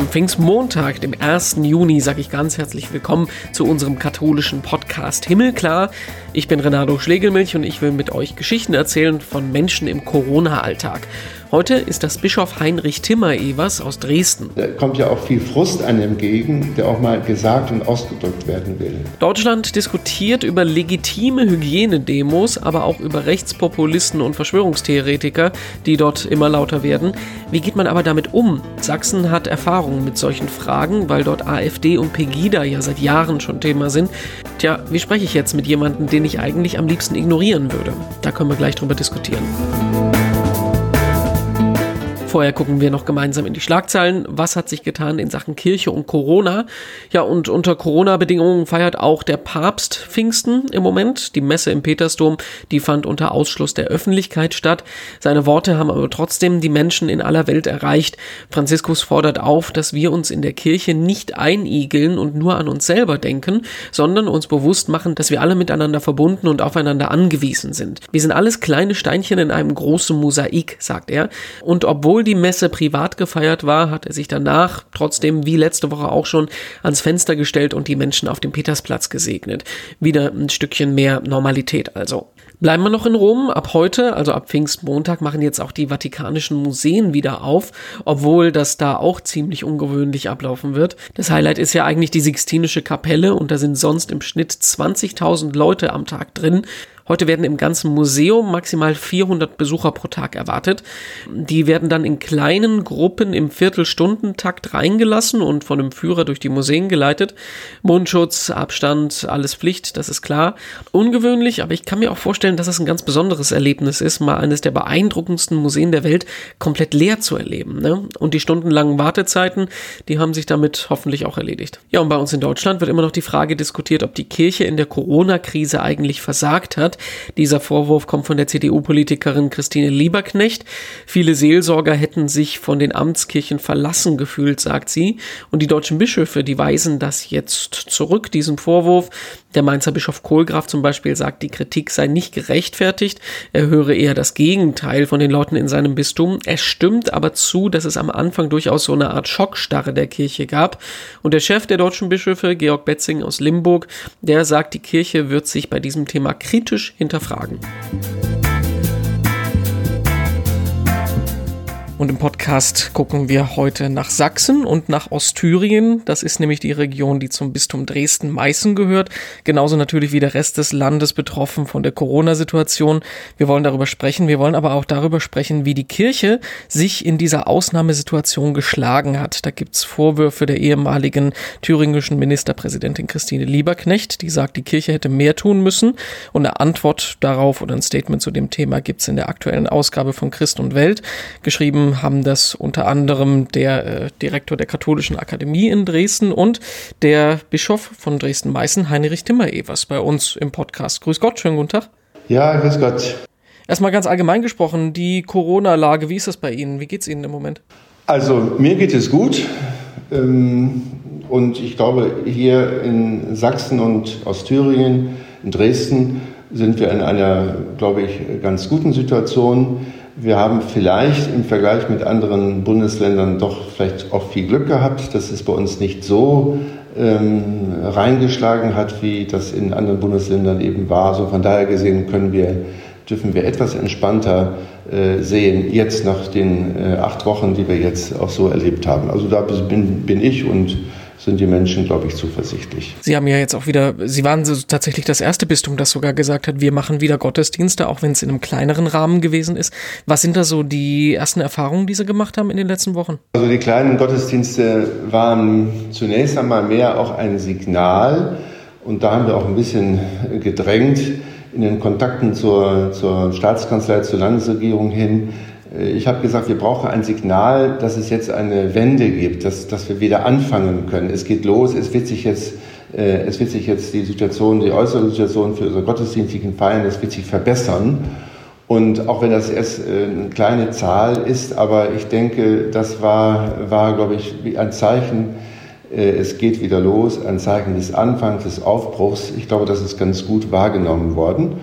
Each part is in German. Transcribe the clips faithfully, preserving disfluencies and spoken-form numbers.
Am Pfingstmontag, dem ersten Juni, sage ich ganz herzlich willkommen zu unserem katholischen Podcast Himmelklar. Ich bin Renato Schlegelmilch und ich will mit euch Geschichten erzählen von Menschen im Corona-Alltag. Heute ist das Bischof Heinrich Timmer-Evers aus Dresden. Da kommt ja auch viel Frust einem entgegen, der auch mal gesagt und ausgedrückt werden will. Deutschland diskutiert über legitime Hygienedemos, aber auch über Rechtspopulisten und Verschwörungstheoretiker, die dort immer lauter werden. Wie geht man aber damit um? Sachsen hat Erfahrungen mit solchen Fragen, weil dort AfD und Pegida ja seit Jahren schon Thema sind. Tja, wie spreche ich jetzt mit jemandem, den ich eigentlich am liebsten ignorieren würde? Da können wir gleich drüber diskutieren. Vorher gucken wir noch gemeinsam in die Schlagzeilen. Was hat sich getan in Sachen Kirche und Corona? Ja, und unter Corona-Bedingungen feiert auch der Papst Pfingsten im Moment. Die Messe im Petersdom, die fand unter Ausschluss der Öffentlichkeit statt. Seine Worte haben aber trotzdem die Menschen in aller Welt erreicht. Franziskus fordert auf, dass wir uns in der Kirche nicht einigeln und nur an uns selber denken, sondern uns bewusst machen, dass wir alle miteinander verbunden und aufeinander angewiesen sind. Wir sind alles kleine Steinchen in einem großen Mosaik, sagt er. Und obwohl die Messe privat gefeiert war, hat er sich danach trotzdem, wie letzte Woche auch schon, ans Fenster gestellt und die Menschen auf dem Petersplatz gesegnet. Wieder ein Stückchen mehr Normalität also. Bleiben wir noch in Rom. Ab heute, also ab Pfingstmontag, machen jetzt auch die Vatikanischen Museen wieder auf, obwohl das da auch ziemlich ungewöhnlich ablaufen wird. Das Highlight ist ja eigentlich die Sixtinische Kapelle und da sind sonst im Schnitt zwanzigtausend Leute am Tag drin. Heute werden im ganzen Museum maximal vierhundert Besucher pro Tag erwartet. Die werden dann in kleinen Gruppen im Viertelstundentakt reingelassen und von einem Führer durch die Museen geleitet. Mundschutz, Abstand, alles Pflicht, das ist klar. Ungewöhnlich, aber ich kann mir auch vorstellen, dass es ein ganz besonderes Erlebnis ist, mal eines der beeindruckendsten Museen der Welt komplett leer zu erleben, ne? Und die stundenlangen Wartezeiten, die haben sich damit hoffentlich auch erledigt. Ja, und bei uns in Deutschland wird immer noch die Frage diskutiert, ob die Kirche in der Corona-Krise eigentlich versagt hat. Dieser Vorwurf kommt von der C D U-Politikerin Christine Lieberknecht. Viele Seelsorger hätten sich von den Amtskirchen verlassen gefühlt, sagt sie. Und die deutschen Bischöfe, die weisen das jetzt zurück, diesen Vorwurf. Der Mainzer Bischof Kohlgraf zum Beispiel sagt, die Kritik sei nicht gerechtfertigt. Er höre eher das Gegenteil von den Leuten in seinem Bistum. Es stimmt aber zu, dass es am Anfang durchaus so eine Art Schockstarre der Kirche gab. Und der Chef der deutschen Bischöfe, Georg Betzing aus Limburg, der sagt, die Kirche wird sich bei diesem Thema kritisch hinterfragen. Und im Podcast gucken wir heute nach Sachsen und nach Ostthüringen. Das ist nämlich die Region, die zum Bistum Dresden-Meißen gehört. Genauso natürlich wie der Rest des Landes betroffen von der Corona-Situation. Wir wollen darüber sprechen. Wir wollen aber auch darüber sprechen, wie die Kirche sich in dieser Ausnahmesituation geschlagen hat. Da gibt's Vorwürfe der ehemaligen thüringischen Ministerpräsidentin Christine Lieberknecht. Die sagt, die Kirche hätte mehr tun müssen. Und eine Antwort darauf oder ein Statement zu dem Thema gibt's in der aktuellen Ausgabe von Christ und Welt. Geschrieben haben das unter anderem der äh, Direktor der Katholischen Akademie in Dresden und der Bischof von Dresden-Meißen, Heinrich Timmer-Evers, bei uns im Podcast. Grüß Gott, schönen guten Tag. Ja, grüß Gott. Erstmal ganz allgemein gesprochen, die Corona-Lage, wie ist das bei Ihnen? Wie geht es Ihnen im Moment? Also mir geht es gut ähm, und ich glaube, hier in Sachsen und Ostthüringen, in Dresden, sind wir in einer, glaube ich, ganz guten Situation. Wir haben vielleicht im Vergleich mit anderen Bundesländern doch vielleicht auch viel Glück gehabt, dass es bei uns nicht so ähm, reingeschlagen hat, wie das in anderen Bundesländern eben war. Also von daher gesehen können wir, dürfen wir etwas entspannter äh, sehen, jetzt nach den äh, acht Wochen, die wir jetzt auch so erlebt haben. Also da bin, bin ich und sind die Menschen, glaube ich, zuversichtlich. Sie haben ja jetzt auch wieder, Sie waren so tatsächlich das erste Bistum, das sogar gesagt hat, wir machen wieder Gottesdienste, auch wenn es in einem kleineren Rahmen gewesen ist. Was sind da so die ersten Erfahrungen, die Sie gemacht haben in den letzten Wochen? Also die kleinen Gottesdienste waren zunächst einmal mehr auch ein Signal und da haben wir auch ein bisschen gedrängt in den Kontakten zur, zur Staatskanzlei, zur Landesregierung hin. Ich habe gesagt, wir brauchen ein Signal, dass es jetzt eine Wende gibt, dass, dass wir wieder anfangen können. Es geht los, es wird sich jetzt, äh, es wird sich jetzt die Situation, die äußere Situation für unsere gottesdienstlichen Feiern, es wird sich verbessern. Und auch wenn das erst äh, eine kleine Zahl ist, aber ich denke, das war, war glaube ich, wie ein Zeichen, äh, es geht wieder los, ein Zeichen des Anfangs, des Aufbruchs. Ich glaube, das ist ganz gut wahrgenommen worden.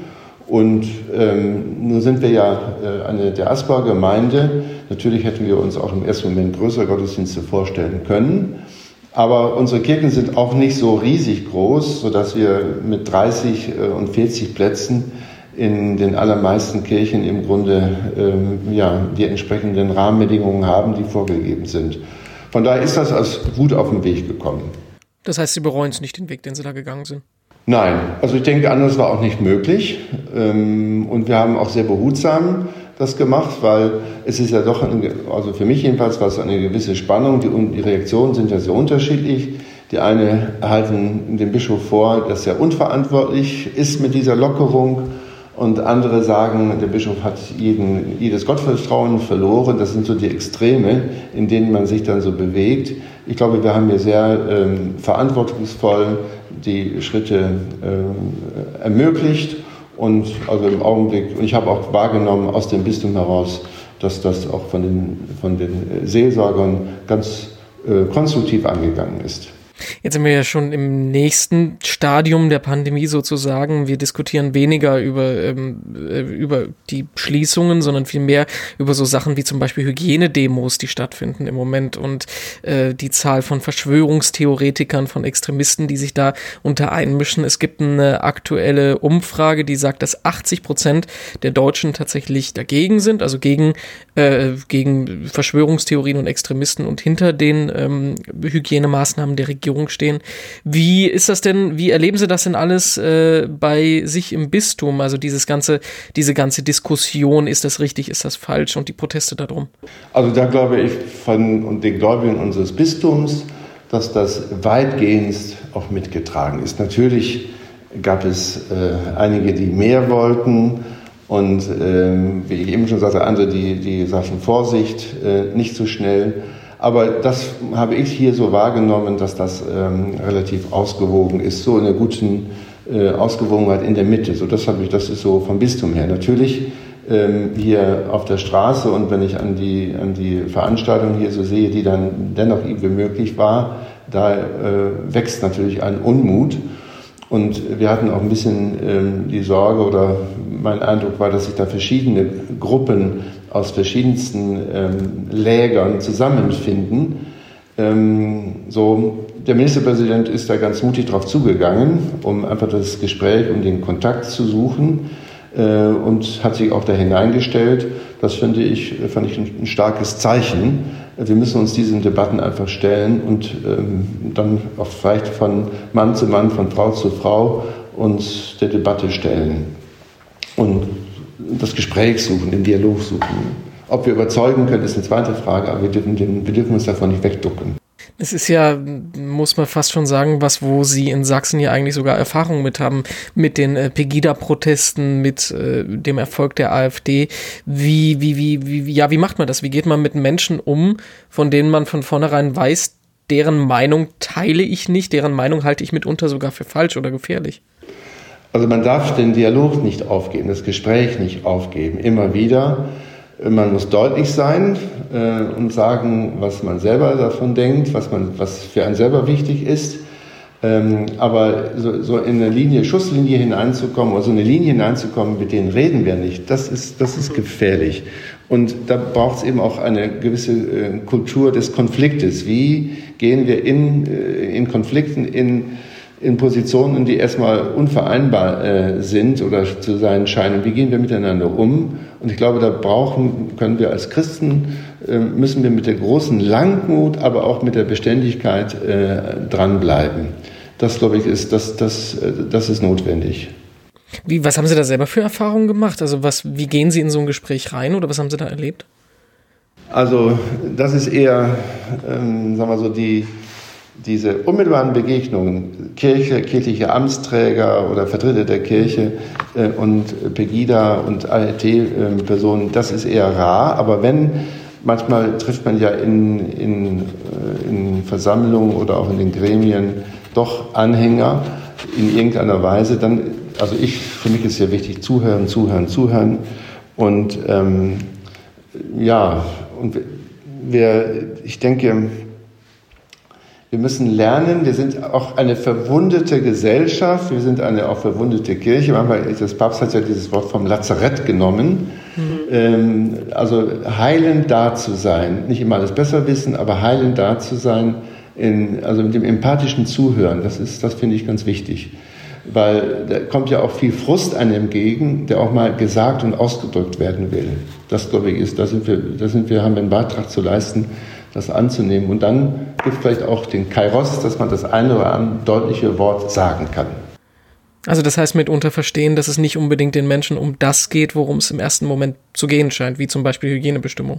Und ähm, nun sind wir ja äh, eine Diaspora-Gemeinde. Natürlich hätten wir uns auch im ersten Moment größere Gottesdienste vorstellen können. Aber unsere Kirchen sind auch nicht so riesig groß, sodass wir mit dreißig und vierzig Plätzen in den allermeisten Kirchen im Grunde ähm, ja, die entsprechenden Rahmenbedingungen haben, die vorgegeben sind. Von daher ist das als gut auf den Weg gekommen. Das heißt, Sie bereuen es nicht, den Weg, den Sie da gegangen sind? Nein, also ich denke, anders war auch nicht möglich. Ähm, und wir haben auch sehr behutsam das gemacht, weil es ist ja doch, eine, also für mich jedenfalls war es eine gewisse Spannung. Die, die Reaktionen sind ja sehr unterschiedlich. Die eine halten dem Bischof vor, dass er unverantwortlich ist mit dieser Lockerung. Und andere sagen, der Bischof hat jeden, jedes Gottvertrauen verloren. Das sind so die Extreme, in denen man sich dann so bewegt. Ich glaube, wir haben hier sehr ähm, verantwortungsvoll die Schritte äh, ermöglicht. Und also im Augenblick, und ich habe auch wahrgenommen aus dem Bistum heraus, dass das auch von den, von den Seelsorgern ganz äh, konstruktiv angegangen ist. Jetzt sind wir ja schon im nächsten Stadium der Pandemie sozusagen. Wir diskutieren weniger über, ähm, über die Schließungen, sondern vielmehr über so Sachen wie zum Beispiel Hygienedemos, die stattfinden im Moment und äh, die Zahl von Verschwörungstheoretikern, von Extremisten, die sich da unter einmischen. Es gibt eine aktuelle Umfrage, die sagt, dass achtzig Prozent der Deutschen tatsächlich dagegen sind, also gegen, äh, gegen Verschwörungstheorien und Extremisten und hinter den ähm, Hygienemaßnahmen der Regierung stehen. Wie ist das denn, wie erleben Sie das denn alles äh, bei sich im Bistum? Also dieses ganze, diese ganze Diskussion, ist das richtig, ist das falsch und die Proteste darum? Also da glaube ich von den Gläubigen unseres Bistums, dass das weitgehend auch mitgetragen ist. Natürlich gab es äh, einige, die mehr wollten und ähm, wie ich eben schon sagte, andere, die, die sagten Vorsicht, äh, nicht so schnell. Aber das habe ich hier so wahrgenommen, dass das ähm, relativ ausgewogen ist, so in einer guten äh, Ausgewogenheit in der Mitte. So, das habe ich, das ist so vom Bistum her. Natürlich ähm, hier auf der Straße und wenn ich an die, an die Veranstaltung hier so sehe, die dann dennoch irgendwie möglich war, da äh, wächst natürlich ein Unmut. Und wir hatten auch ein bisschen ähm, die Sorge oder mein Eindruck war, dass sich da verschiedene Gruppen aus verschiedensten ähm, Lägern zusammenfinden. Ähm, so, der Ministerpräsident ist da ganz mutig drauf zugegangen, um einfach das Gespräch, um den Kontakt zu suchen äh, und hat sich auch da hineingestellt. Das finde ich, fand ich ein, ein starkes Zeichen. Wir müssen uns diesen Debatten einfach stellen und ähm, dann auch vielleicht von Mann zu Mann, von Frau zu Frau uns der Debatte stellen und das Gespräch suchen, den Dialog suchen. Ob wir überzeugen können, ist eine zweite Frage, aber wir dürfen, den, wir dürfen uns davon nicht wegducken. Es ist ja, muss man fast schon sagen, was, wo Sie in Sachsen ja eigentlich sogar Erfahrung mit haben, mit den äh, Pegida-Protesten, mit äh, dem Erfolg der AfD. Wie, wie, wie, wie, ja, wie macht man das? Wie geht man mit Menschen um, von denen man von vornherein weiß, deren Meinung teile ich nicht, deren Meinung halte ich mitunter sogar für falsch oder gefährlich? Also man darf den Dialog nicht aufgeben, das Gespräch nicht aufgeben, immer wieder. Man muss deutlich sein äh, und sagen, was man selber davon denkt, was, man, was für einen selber wichtig ist. Ähm, aber so, so in eine Linie, Schusslinie hineinzukommen oder so eine Linie hineinzukommen, mit denen reden wir nicht, das ist, das ist gefährlich. Und da braucht es eben auch eine gewisse äh, Kultur des Konfliktes. Wie gehen wir in, äh, in Konflikten, in in Positionen, die erstmal unvereinbar äh, sind oder zu sein scheinen. Wie gehen wir miteinander um? Und ich glaube, da brauchen, können wir als Christen, äh, müssen wir mit der großen Langmut, aber auch mit der Beständigkeit äh, dranbleiben. Das, glaube ich, ist, das, das, äh, das ist notwendig. Wie, was haben Sie da selber für Erfahrungen gemacht? Also was, wie gehen Sie in so ein Gespräch rein oder was haben Sie da erlebt? Also das ist eher, ähm, sagen wir so, die diese unmittelbaren Begegnungen, Kirche, kirchliche Amtsträger oder Vertreter der Kirche äh, und Pegida und A R T-Personen, äh, das ist eher rar. Aber wenn, manchmal trifft man ja in, in, äh, in Versammlungen oder auch in den Gremien doch Anhänger in irgendeiner Weise, dann, also ich, für mich ist ja wichtig, zuhören, zuhören, zuhören. Und ähm, ja, und wir, ich denke, Wir müssen lernen, wir sind auch eine verwundete Gesellschaft, wir sind eine auch verwundete Kirche. Manchmal, das Papst hat ja dieses Wort vom Lazarett genommen. Mhm. Ähm, also heilend da zu sein, nicht immer alles besser wissen, aber heilend da zu sein, in, also mit dem empathischen Zuhören, das ist, das finde ich ganz wichtig. Weil da kommt ja auch viel Frust einem entgegen, der auch mal gesagt und ausgedrückt werden will. Das, glaube ich, ist, da sind wir, da sind wir, haben wir einen Beitrag zu leisten, das anzunehmen. Und dann gibt es vielleicht auch den Kairos, dass man das eine oder andere deutliche Wort sagen kann. Also das heißt mitunter verstehen, dass es nicht unbedingt den Menschen um das geht, worum es im ersten Moment zu gehen scheint, wie zum Beispiel Hygienebestimmung.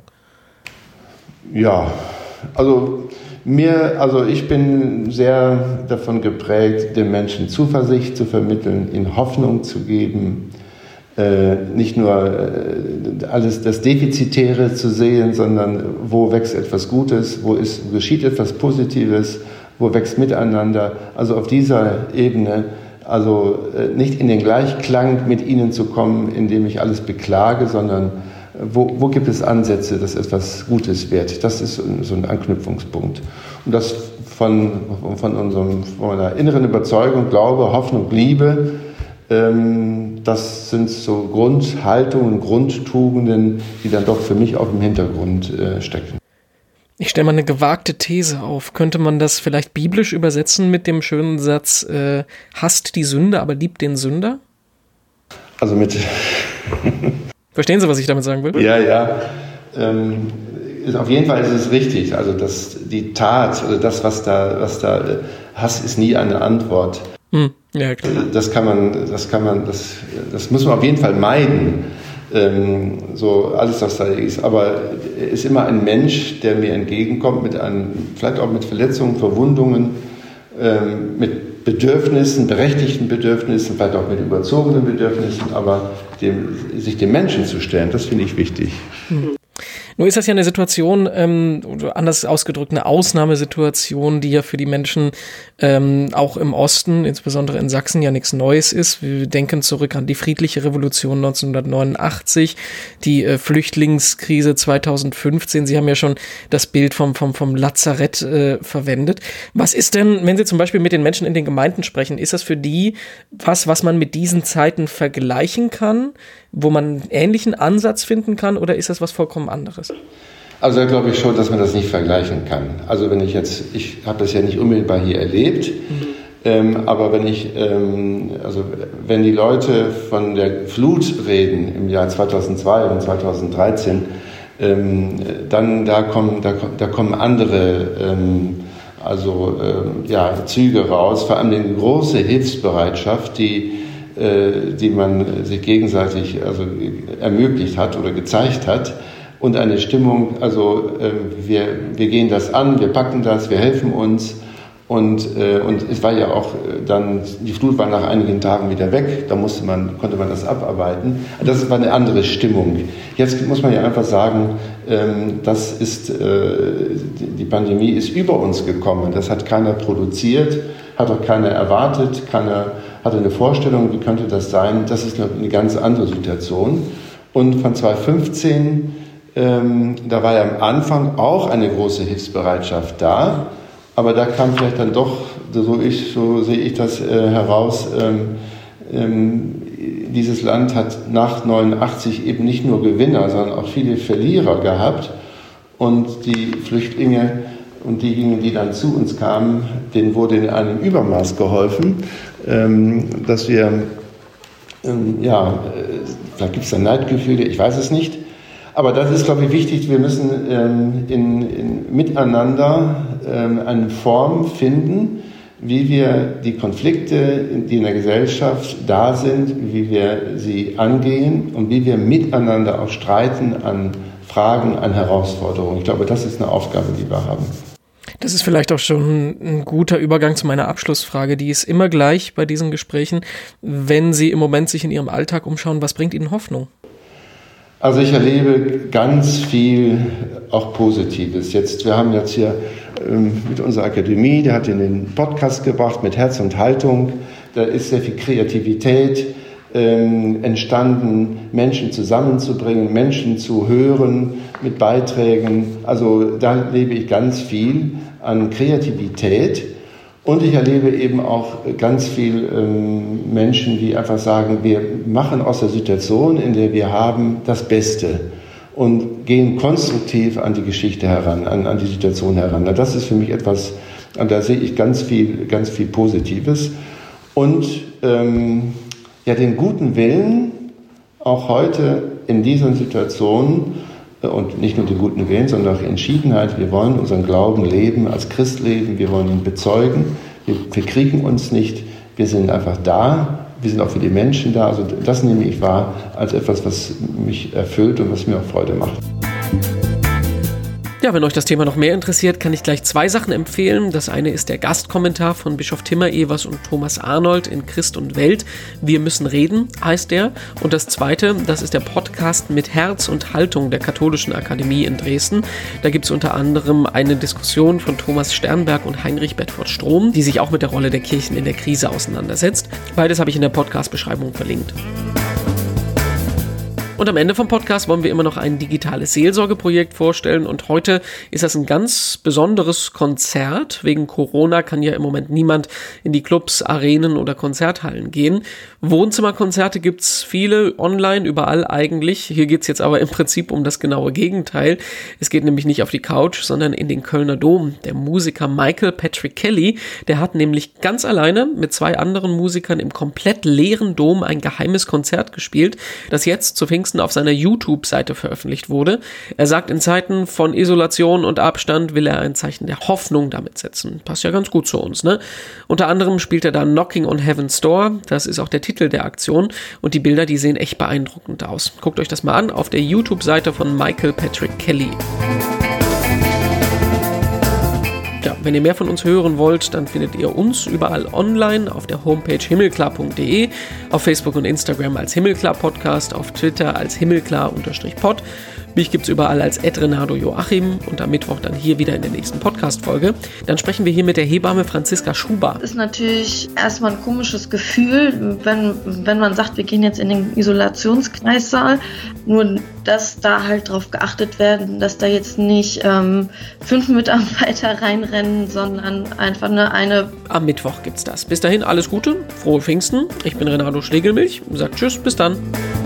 Ja, also mir, also ich bin sehr davon geprägt, den Menschen Zuversicht zu vermitteln, ihnen Hoffnung zu geben, äh, nicht nur äh, alles das Defizitäre zu sehen, sondern wo wächst etwas Gutes, wo ist, geschieht etwas Positives, wo wächst Miteinander. Also auf dieser Ebene, also äh, nicht in den Gleichklang mit ihnen zu kommen, indem ich alles beklage, sondern Wo, wo gibt es Ansätze, dass etwas Gutes wird? Das ist so ein Anknüpfungspunkt. Und das von, von, unserem, von einer inneren Überzeugung, Glaube, Hoffnung, Liebe, ähm, das sind so Grundhaltungen, Grundtugenden, die dann doch für mich auch im Hintergrund äh, stecken. Ich stelle mal eine gewagte These auf. Könnte man das vielleicht biblisch übersetzen mit dem schönen Satz, äh, hasst die Sünde, aber liebt den Sünder? Also mit... Verstehen Sie, was ich damit sagen will? Ja, ja. Ähm, ist, auf jeden Fall ist es richtig. Also das, die Tat, also das, was da, was da, Hass ist nie eine Antwort. Hm. Ja, klar. Das kann man, das kann man, das, das muss man auf jeden Fall meiden. Ähm, so alles, was da ist. Aber er ist immer ein Mensch, der mir entgegenkommt mit einem, vielleicht auch mit Verletzungen, Verwundungen, ähm, mit Bedürfnissen, berechtigten Bedürfnissen, vielleicht auch mit überzogenen Bedürfnissen, aber dem, sich dem Menschen zu stellen, das finde ich wichtig. Mhm. Nur ist das ja eine Situation, ähm, oder anders ausgedrückt, eine Ausnahmesituation, die ja für die Menschen ähm, auch im Osten, insbesondere in Sachsen, ja nichts Neues ist. Wir denken zurück an die friedliche Revolution neunzehnhundertneunundachtzig, die äh, Flüchtlingskrise zweitausendfünfzehn. Sie haben ja schon das Bild vom, vom, vom Lazarett äh, verwendet. Was ist denn, wenn Sie zum Beispiel mit den Menschen in den Gemeinden sprechen, ist das für die was, was man mit diesen Zeiten vergleichen kann, wo man einen ähnlichen Ansatz finden kann, oder ist das was vollkommen anderes? Also da glaube ich schon, dass man das nicht vergleichen kann. Also wenn ich jetzt, ich habe das ja nicht unmittelbar hier erlebt, mhm. ähm, aber wenn ich, ähm, also wenn die Leute von der Flut reden im Jahr zweitausendzwei und zweitausenddreizehn, ähm, dann da kommen, da, da kommen andere ähm, also ähm, ja, Züge raus, vor allem die große Hilfsbereitschaft, die die man sich gegenseitig also ermöglicht hat oder gezeigt hat, und eine Stimmung, also wir, wir gehen das an, wir packen das, wir helfen uns, und, und es war ja auch dann, die Flut war nach einigen Tagen wieder weg, da musste man, konnte man das abarbeiten. Das war eine andere Stimmung. Jetzt muss man ja einfach sagen, das ist, die Pandemie ist über uns gekommen, das hat keiner produziert, hat auch keiner erwartet, keiner hatte eine Vorstellung, wie könnte das sein. Das ist eine ganz andere Situation. Und von zweitausendfünfzehn, ähm, da war ja am Anfang auch eine große Hilfsbereitschaft da, aber da kam vielleicht dann doch, so, ich, so sehe ich das äh, heraus, ähm, ähm, dieses Land hat nach neunundachtzig eben nicht nur Gewinner, sondern auch viele Verlierer gehabt, und die Flüchtlinge und diejenigen, die dann zu uns kamen, denen wurde in einem Übermaß geholfen, ähm, dass wir, ähm, ja, vielleicht gibt es da Neidgefühle, ich weiß es nicht. Aber das ist, glaube ich, wichtig. Wir müssen ähm, in, in, miteinander ähm, eine Form finden, wie wir die Konflikte, die in der Gesellschaft da sind, wie wir sie angehen und wie wir miteinander auch streiten an Fragen, an Herausforderungen. Ich glaube, das ist eine Aufgabe, die wir haben. Das ist vielleicht auch schon ein guter Übergang zu meiner Abschlussfrage. Die ist immer gleich bei diesen Gesprächen. Wenn Sie im Moment sich in Ihrem Alltag umschauen, was bringt Ihnen Hoffnung? Also ich erlebe ganz viel auch Positives. Jetzt, wir haben jetzt hier ähm, mit unserer Akademie, der hat in den Podcast gebracht mit Herz und Haltung. Da ist sehr viel Kreativität ähm, entstanden, Menschen zusammenzubringen, Menschen zu hören mit Beiträgen. Also da lebe ich ganz viel. an Kreativität. Und ich erlebe eben auch ganz viel ähm, Menschen, die einfach sagen, wir machen aus der Situation, in der wir haben, das Beste und gehen konstruktiv an die Geschichte heran, an, an die Situation heran. Das ist für mich etwas, da sehe ich ganz viel, ganz viel Positives. Und ähm, ja, den guten Willen, auch heute in dieser Situation, und nicht nur den guten Willen, sondern auch die Entschiedenheit, wir wollen unseren Glauben leben, als Christ leben, wir wollen ihn bezeugen, wir, wir kriegen uns nicht, wir sind einfach da, wir sind auch für die Menschen da. Also das nehme ich wahr als etwas, was mich erfüllt und was mir auch Freude macht. Ja, wenn euch das Thema noch mehr interessiert, kann ich gleich zwei Sachen empfehlen. Das eine ist der Gastkommentar von Bischof Timmer Evers und Thomas Arnold in Christ und Welt. Wir müssen reden, heißt der. Und das zweite, das ist der Podcast mit Herz und Haltung der Katholischen Akademie in Dresden. Da gibt es unter anderem eine Diskussion von Thomas Sternberg und Heinrich Bedford-Strom, die sich auch mit der Rolle der Kirchen in der Krise auseinandersetzt. Beides habe ich in der Podcast-Beschreibung verlinkt. Und am Ende vom Podcast wollen wir immer noch ein digitales Seelsorgeprojekt vorstellen und heute ist das ein ganz besonderes Konzert. Wegen Corona kann ja im Moment niemand in die Clubs, Arenen oder Konzerthallen gehen. Wohnzimmerkonzerte gibt's viele, online, überall eigentlich. Hier geht's jetzt aber im Prinzip um das genaue Gegenteil. Es geht nämlich nicht auf die Couch, sondern in den Kölner Dom. Der Musiker Michael Patrick Kelly, der hat nämlich ganz alleine mit zwei anderen Musikern im komplett leeren Dom ein geheimes Konzert gespielt, das jetzt zu Pfingsten auf seiner YouTube-Seite veröffentlicht wurde. Er sagt, in Zeiten von Isolation und Abstand will er ein Zeichen der Hoffnung damit setzen. Passt ja ganz gut zu uns, ne? Unter anderem spielt er da Knocking on Heaven's Door. Das ist auch der Titel der Aktion. Und die Bilder, die sehen echt beeindruckend aus. Guckt euch das mal an auf der YouTube-Seite von Michael Patrick Kelly. Ja, wenn ihr mehr von uns hören wollt, dann findet ihr uns überall online auf der Homepage himmelklar punkt de, auf Facebook und Instagram als Himmelklar Podcast, auf Twitter als Himmelklar-Pod. Mich gibt's überall als at Renato Joachim und am Mittwoch dann hier wieder in der nächsten Podcast-Folge. Dann sprechen wir hier mit der Hebamme Franziska Schuber. Das ist natürlich erstmal ein komisches Gefühl, wenn, wenn man sagt, wir gehen jetzt in den Isolationskreissaal. Nur, dass da halt drauf geachtet werden, dass da jetzt nicht ähm, fünf Mitarbeiter reinrennen, sondern einfach eine, eine... Am Mittwoch gibt's das. Bis dahin alles Gute, frohe Pfingsten. Ich bin Renato Schlegelmilch, sagt Tschüss, bis dann.